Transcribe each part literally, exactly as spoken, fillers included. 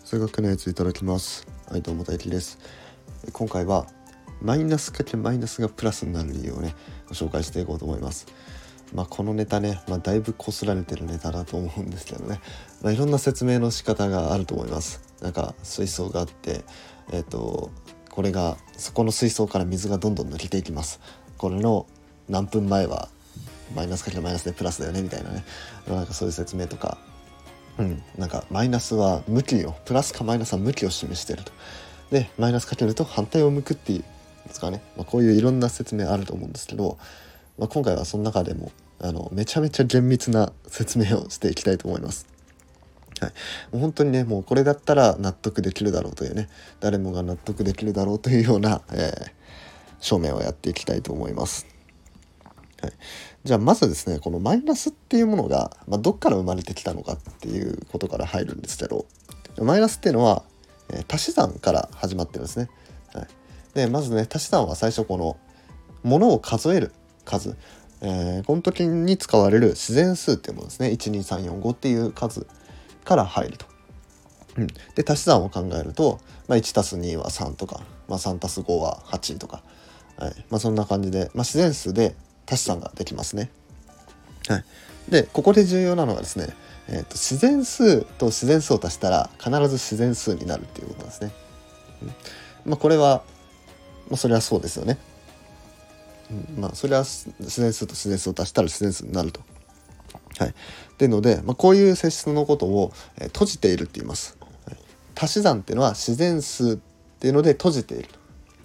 数学のやついただきます。はい、どうも大輝です。今回はマイナスかけマイナスがプラスになる理由をねご紹介していこうと思います。まあ、このネタね、まあ、だいぶこすられてるネタだと思うんですけどね、まあ、いろんな説明の仕方があると思います。なんか水槽があってえっ、とこれがそこの水槽から水がどんどん抜けていきます。これの何分前はマイナスかけマイナスでプラスだよねみたいなね、なんかそういう説明とか、うん、なんかマイナスは向きをプラスかマイナスは向きを示していると、でマイナスかけると反対を向くっていうんですかね、まあ、こういういろんな説明あると思うんですけど、まあ、今回はその中でもあのめちゃめちゃ厳密な説明をしていきたいと思います。はい、もう本当にねもうこれだったら納得できるだろうというね、誰もが納得できるだろうというような、えー、証明をやっていきたいと思います。はい、じゃあまずですね、このマイナスっていうものが、まあ、どっから生まれてきたのかっていうことから入るんですけど、マイナスっていうのは、えー、足し算から始まってるんですね。はい、でまずね、足し算は最初このものを数える数、えー、この時に使われる自然数っていうものですね。いちにさんよんごっていう数から入ると。うん、で足し算を考えると、まあ、いちたすにはさんとか、まあ、さんたすごははちとか、はい、まあ、そんな感じで、まあ、自然数で足し算ができますね。はい、でここで重要なのはですね、えーと、自然数と自然数を足したら必ず自然数になるっていうことなんですね。うんまあ、これは、まあ、それはそうですよね。うん、まあそれは自然数と自然数を足したら自然数になると。はい、でので、まあ、こういう性質のことを、えー、閉じているって言います。はい、足し算っていうのは自然数っていうので閉じている。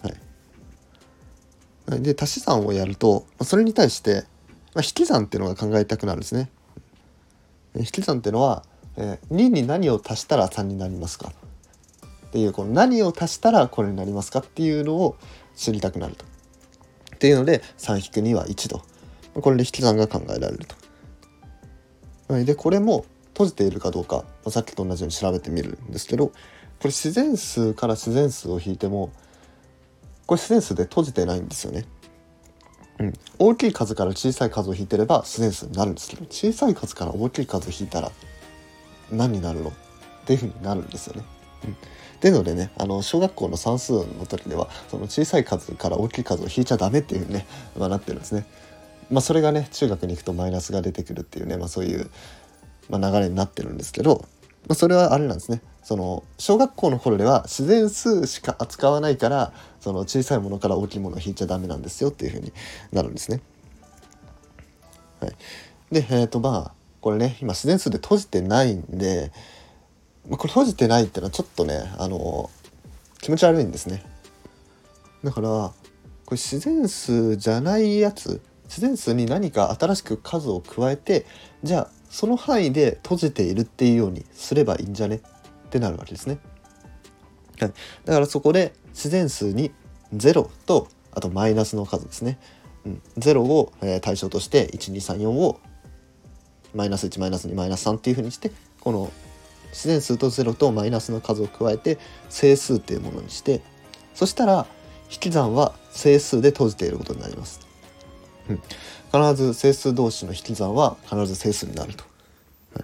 はい、で足し算をやるとそれに対して、まあ、引き算っていうのが考えたくなるんですね。引き算っていうのは、えー、にに何を足したらさんになりますかっていう、この何を足したらこれになりますかっていうのを知りたくなると。っていうので さん引くに はいちと、これで引き算が考えられると。はい、でこれも閉じているかどうか、まあ、さっきと同じように調べてみるんですけど、これ自然数から自然数を引いてもこれ自然数で閉じてないんですよね。うん、大きい数から小さい数を引いてれば自然数になるんですけど、小さい数から大きい数を引いたら何になるのっていう風になるんですよね。うん、でのでね、あの小学校の算数の時ではその小さい数から大きい数を引いちゃダメっていう風にね、まあ、なってるんですね。まあそれがね中学に行くとマイナスが出てくるっていうね、まあそういう、まあ、流れになってるんですけど、まあ、それはあれなんですね。その小学校の頃では自然数しか扱わないから、その小さいものから大きいものを引いちゃダメなんですよっていう風になるんですね。はい、でえっ、ー、とまあこれね今自然数で閉じてないんで、まあ、これ閉じてないっていうのはちょっとねあの気持ち悪いんですね。だからこれ自然数じゃないやつ、自然数に何か新しく数を加えて、じゃあその範囲で閉じているっていうようにすればいいんじゃねってなるわけですね。はい、だからそこで自然数にゼロとあとマイナスの数ですね。うん、ゼロを、えー、対象としていちにさんよんをマイナスいちマイナスにマイナスさんっていう風にして、この自然数とゼロとマイナスの数を加えて整数っていうものにして、そしたら引き算は整数で閉じていることになります。うん、必ず整数同士の引き算は必ず整数になると、はい、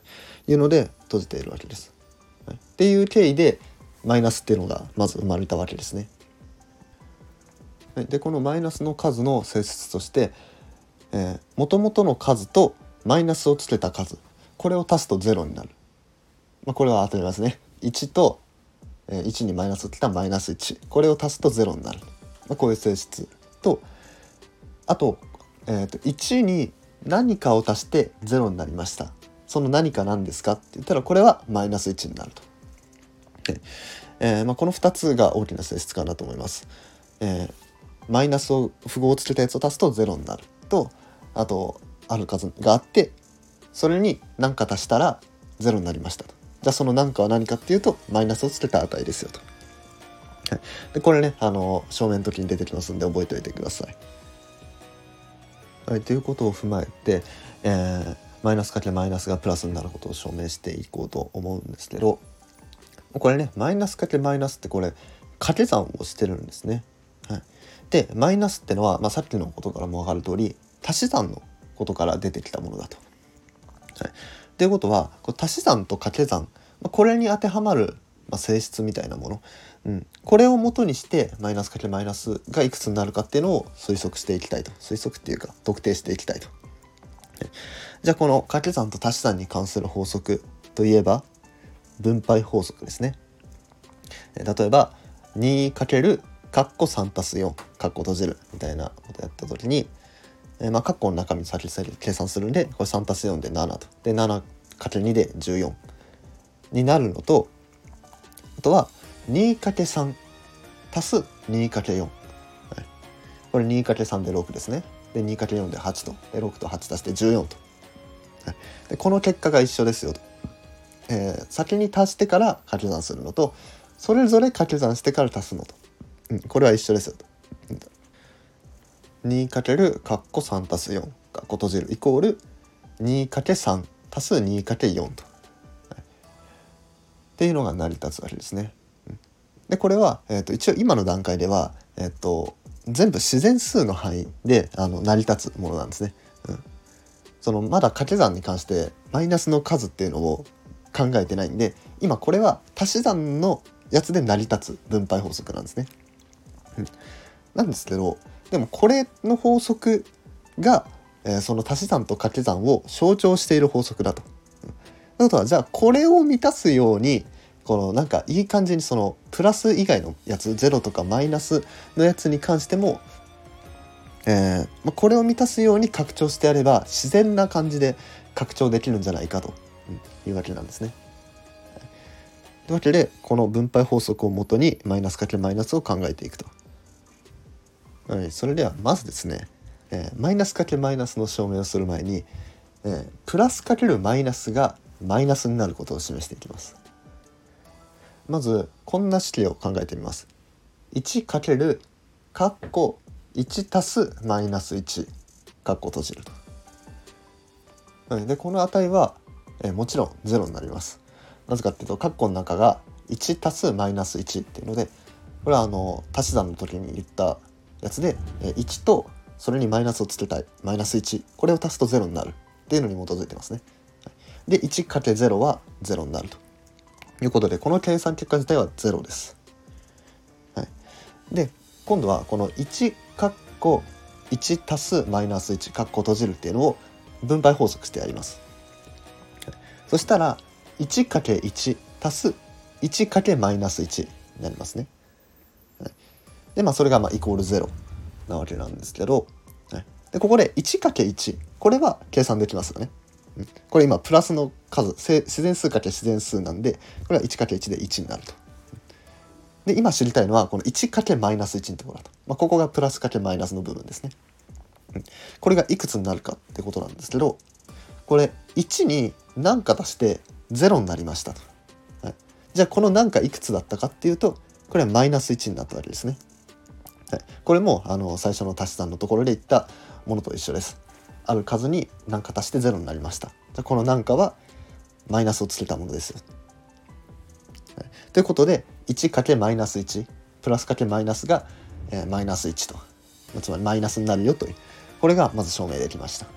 いうので閉じているわけです。はい、っていう経緯でマイナスっていうのがまず生まれたわけですね。はい、でこのマイナスの数の性質として、えー、元々の数とマイナスをつけた数、これを足すとゼロになる。まあ、これは当たりますね。いちと、えー、いちにマイナスをつけたマイナスいち、これを足すとゼロになる。まあ、こういう性質と、あと、えー、といちに何かを足してゼロになりました。その何か何ですかって言ったらこれはマイナスいちになると。で、えーまあ、このふたつが大きな性質かなと思います。えー、マイナスを符号をつけたやつを足すとゼロになると、あとある数があってそれに何か足したらゼロになりましたと。じゃあその何かは何かっていうとマイナスをつけた値ですよと。はい、でこれねあの正面の時に出てきますんで覚えておいてください。はい、ということを踏まえて、えー、マイナスかけマイナスがプラスになることを証明していこうと思うんですけど、これねマイナスかけマイナスってこれ掛け算をしてるんですね。はい、でマイナスってのは、まあ、さっきのことからも分かる通り足し算のことから出てきたものだと。はい、ということはこれ足し算と掛け算、これに当てはまるまあ、性質みたいなもの、うん、これを元にしてマイナスかけるマイナスがいくつになるかっていうのを推測していきたいと推測っていうか特定していきたいと。じゃあこの掛け算と足し算に関する法則といえば分配法則ですね。例えば にかけるカッコさんたすよんカッコ閉じるみたいなことやった時に、えー、まあカッコの中身先計算するんでこれさんたすよんでななとで ななかけるに でじゅうよんになるのと、あとは にかけるさん 足す にかけるよん、はい、これ にかけるさん でろくですね。で にかけるよん ではちとでろくとはち足してじゅうよんと、はい、でこの結果が一緒ですよと、えー、先に足してから掛け算するのとそれぞれ掛け算してから足すのと、うん、これは一緒ですよと。にかけるカッコさんたすよんカッコ閉じるイコール にかけるさん 足す にかけるよん と、はい、っていうのが成り立つわけですね。うん、でこれは、えー、と一応今の段階では、えー、と全部自然数の範囲であの成り立つものなんですね。うん、そのまだ掛け算に関してマイナスの数っていうのを考えてないんで今これは足し算のやつで成り立つ分配法則なんですね。うん、なんですけどでもこれの法則が、えー、その足し算と掛け算を象徴している法則だと。うん、ということはじゃあこれを満たすようにこのなんかいい感じにそのプラス以外のやつゼロとかマイナスのやつに関しても、えーまあ、これを満たすように拡張してやれば自然な感じで拡張できるんじゃないかというわけなんですね。というわけでこの分配法則をもとにマイナスかけるマイナスを考えていくと。はい、それではまずですね、えー、マイナスかけるマイナスの証明をする前に、えー、プラスかけるマイナスがマイナスになることを示していきます。まずこんな式を考えてみます。いちかけるカッコいち足すマイナスいちカッコ閉じると。はい、でこの値は、えー、もちろんゼロになります。なぜかっていうとカッコの中がいち足すマイナスいちっていうのでこれはあの足し算の時に言ったやつでいちとそれにマイナスをつけたいマイナスいちこれを足すとゼロになるっていうのに基づいてますね。で いちかけるゼロ はゼロになるということでこの計算結果自体はゼロです。はい、で今度はこのいちカッコいち足すマイナスいちカッコ閉じるっていうのを分配法則してやります。はい、そしたら いちかけるいち 足す いちかけるマイナスいちになりますね。はい、でまあそれがまあイコールゼロなわけなんですけど、はい、でここで いちかけるいち これは計算できますよね。うん、これ今プラスの数自然数かけ自然数なんでこれは いちかけるいち でいちになると。で今知りたいのはこの いちかけるマイナスいちのところだと、まあ、ここがプラスかけマイナスの部分ですね。うん、これがいくつになるかってことなんですけどこれいちに何か足してゼロになりましたと。はい、じゃあこの何かいくつだったかっていうとこれはマイナスいちになったわけですね。はい、これもあの最初の足し算のところで言ったものと一緒です。ある数に何か足してゼロになりました。じゃあこの何かはマイナスをつけたものですよ。はい、ということで いちかけるマイナスいちプラスかけマイナスが、えー、マイナスいちとつまりマイナスになるよというこれがまず証明できました。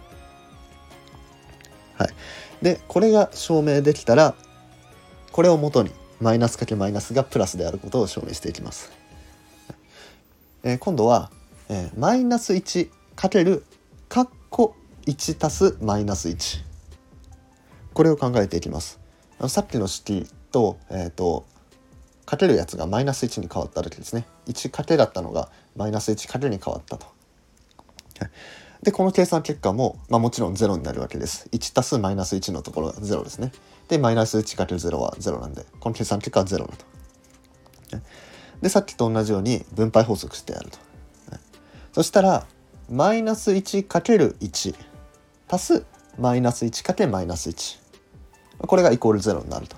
はい、でこれが証明できたらこれをもとにマイナスかけマイナスがプラスであることを証明していきます。えー、今度は、えー、マイナスいちかけるカッコいち足すマイナスいちこれを考えていきます。あのさっきの式と、えーとかけるやつがマイナスいちに変わった時ですね。いちかけだったのがマイナスいちかけに変わったと。でこの計算結果も、まあ、もちろんゼロになるわけです。いち足すマイナスいちのところがゼロですね。でマイナス いちかけるゼロ はゼロなんでこの計算結果はゼロだと。でさっきと同じように分配法則してやると。そしたらマイナスいちかけるいち足すマイナスいちかけマイナスいちこれがイコールゼロになると。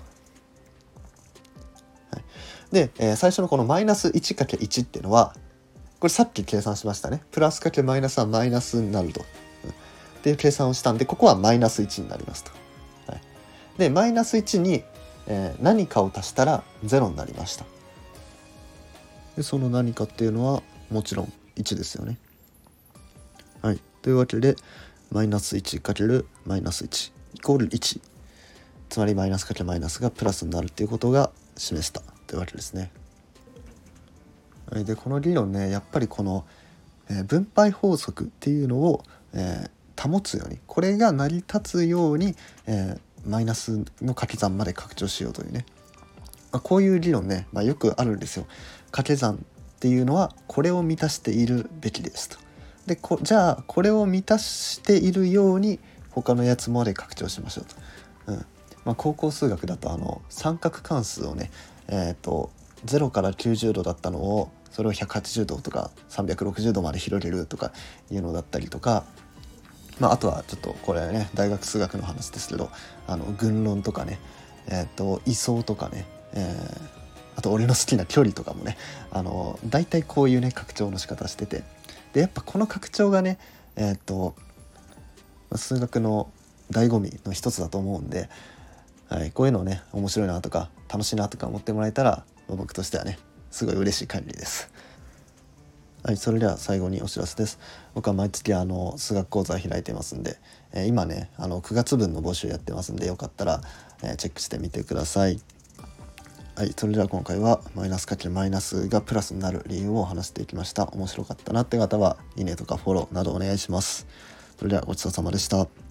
で、えー、最初のこのマイナス いちかけるいち っていうのはこれさっき計算しましたね。プラスかけマイナスはマイナスになると、うん、っていう計算をしたんでここはマイナスいちになりますと。はい、でマイナスいちに、えー、何かを足したらゼロになりました。でその何かっていうのはもちろんいちですよね。はい、というわけでマイナスいちかけるマイナスいちイコールいちつまりマイナスかけマイナスがプラスになるっていうことが示したというわけですね。でこの理論ね、やっぱりこの、えー、分配法則っていうのを、えー、保つように、これが成り立つように、えー、マイナスの掛け算まで拡張しようというね、まあ、こういう理論ね、まあ、よくあるんですよ。掛け算っていうのはこれを満たしているべきですと。でこじゃあこれを満たしているように他のやつまで拡張しましょうと。うんまあ、高校数学だとあの三角関数をね、えー、とゼロからきゅうじゅうどだったのをそれをひゃくはちじゅうどとかさんびゃくろくじゅうどまで広げるとかいうのだったりとか、まあ、あとはちょっとこれね大学数学の話ですけど、あの群論とかね、えー、と位相とかね、えー、あと俺の好きな距離とかもね、あの大体こういうね拡張の仕方してて、でやっぱこの拡張がね、えー、と数学の醍醐味の一つだと思うんで、はい、こういうのをね面白いなとか楽しいなとか思ってもらえたら、僕としてはねすごい嬉しい限りです。はい、それでは最後にお知らせです。僕は毎月あの数学講座開いてますんで、えー、今ねあのくがつぶんの募集やってますんで、よかったら、えー、チェックしてみてください。はい、それでは今回はマイナス×マイナスがプラスになる理由を話していきました。面白かったなって方はいいねとかフォローなどお願いします。それではごちそうさまでした。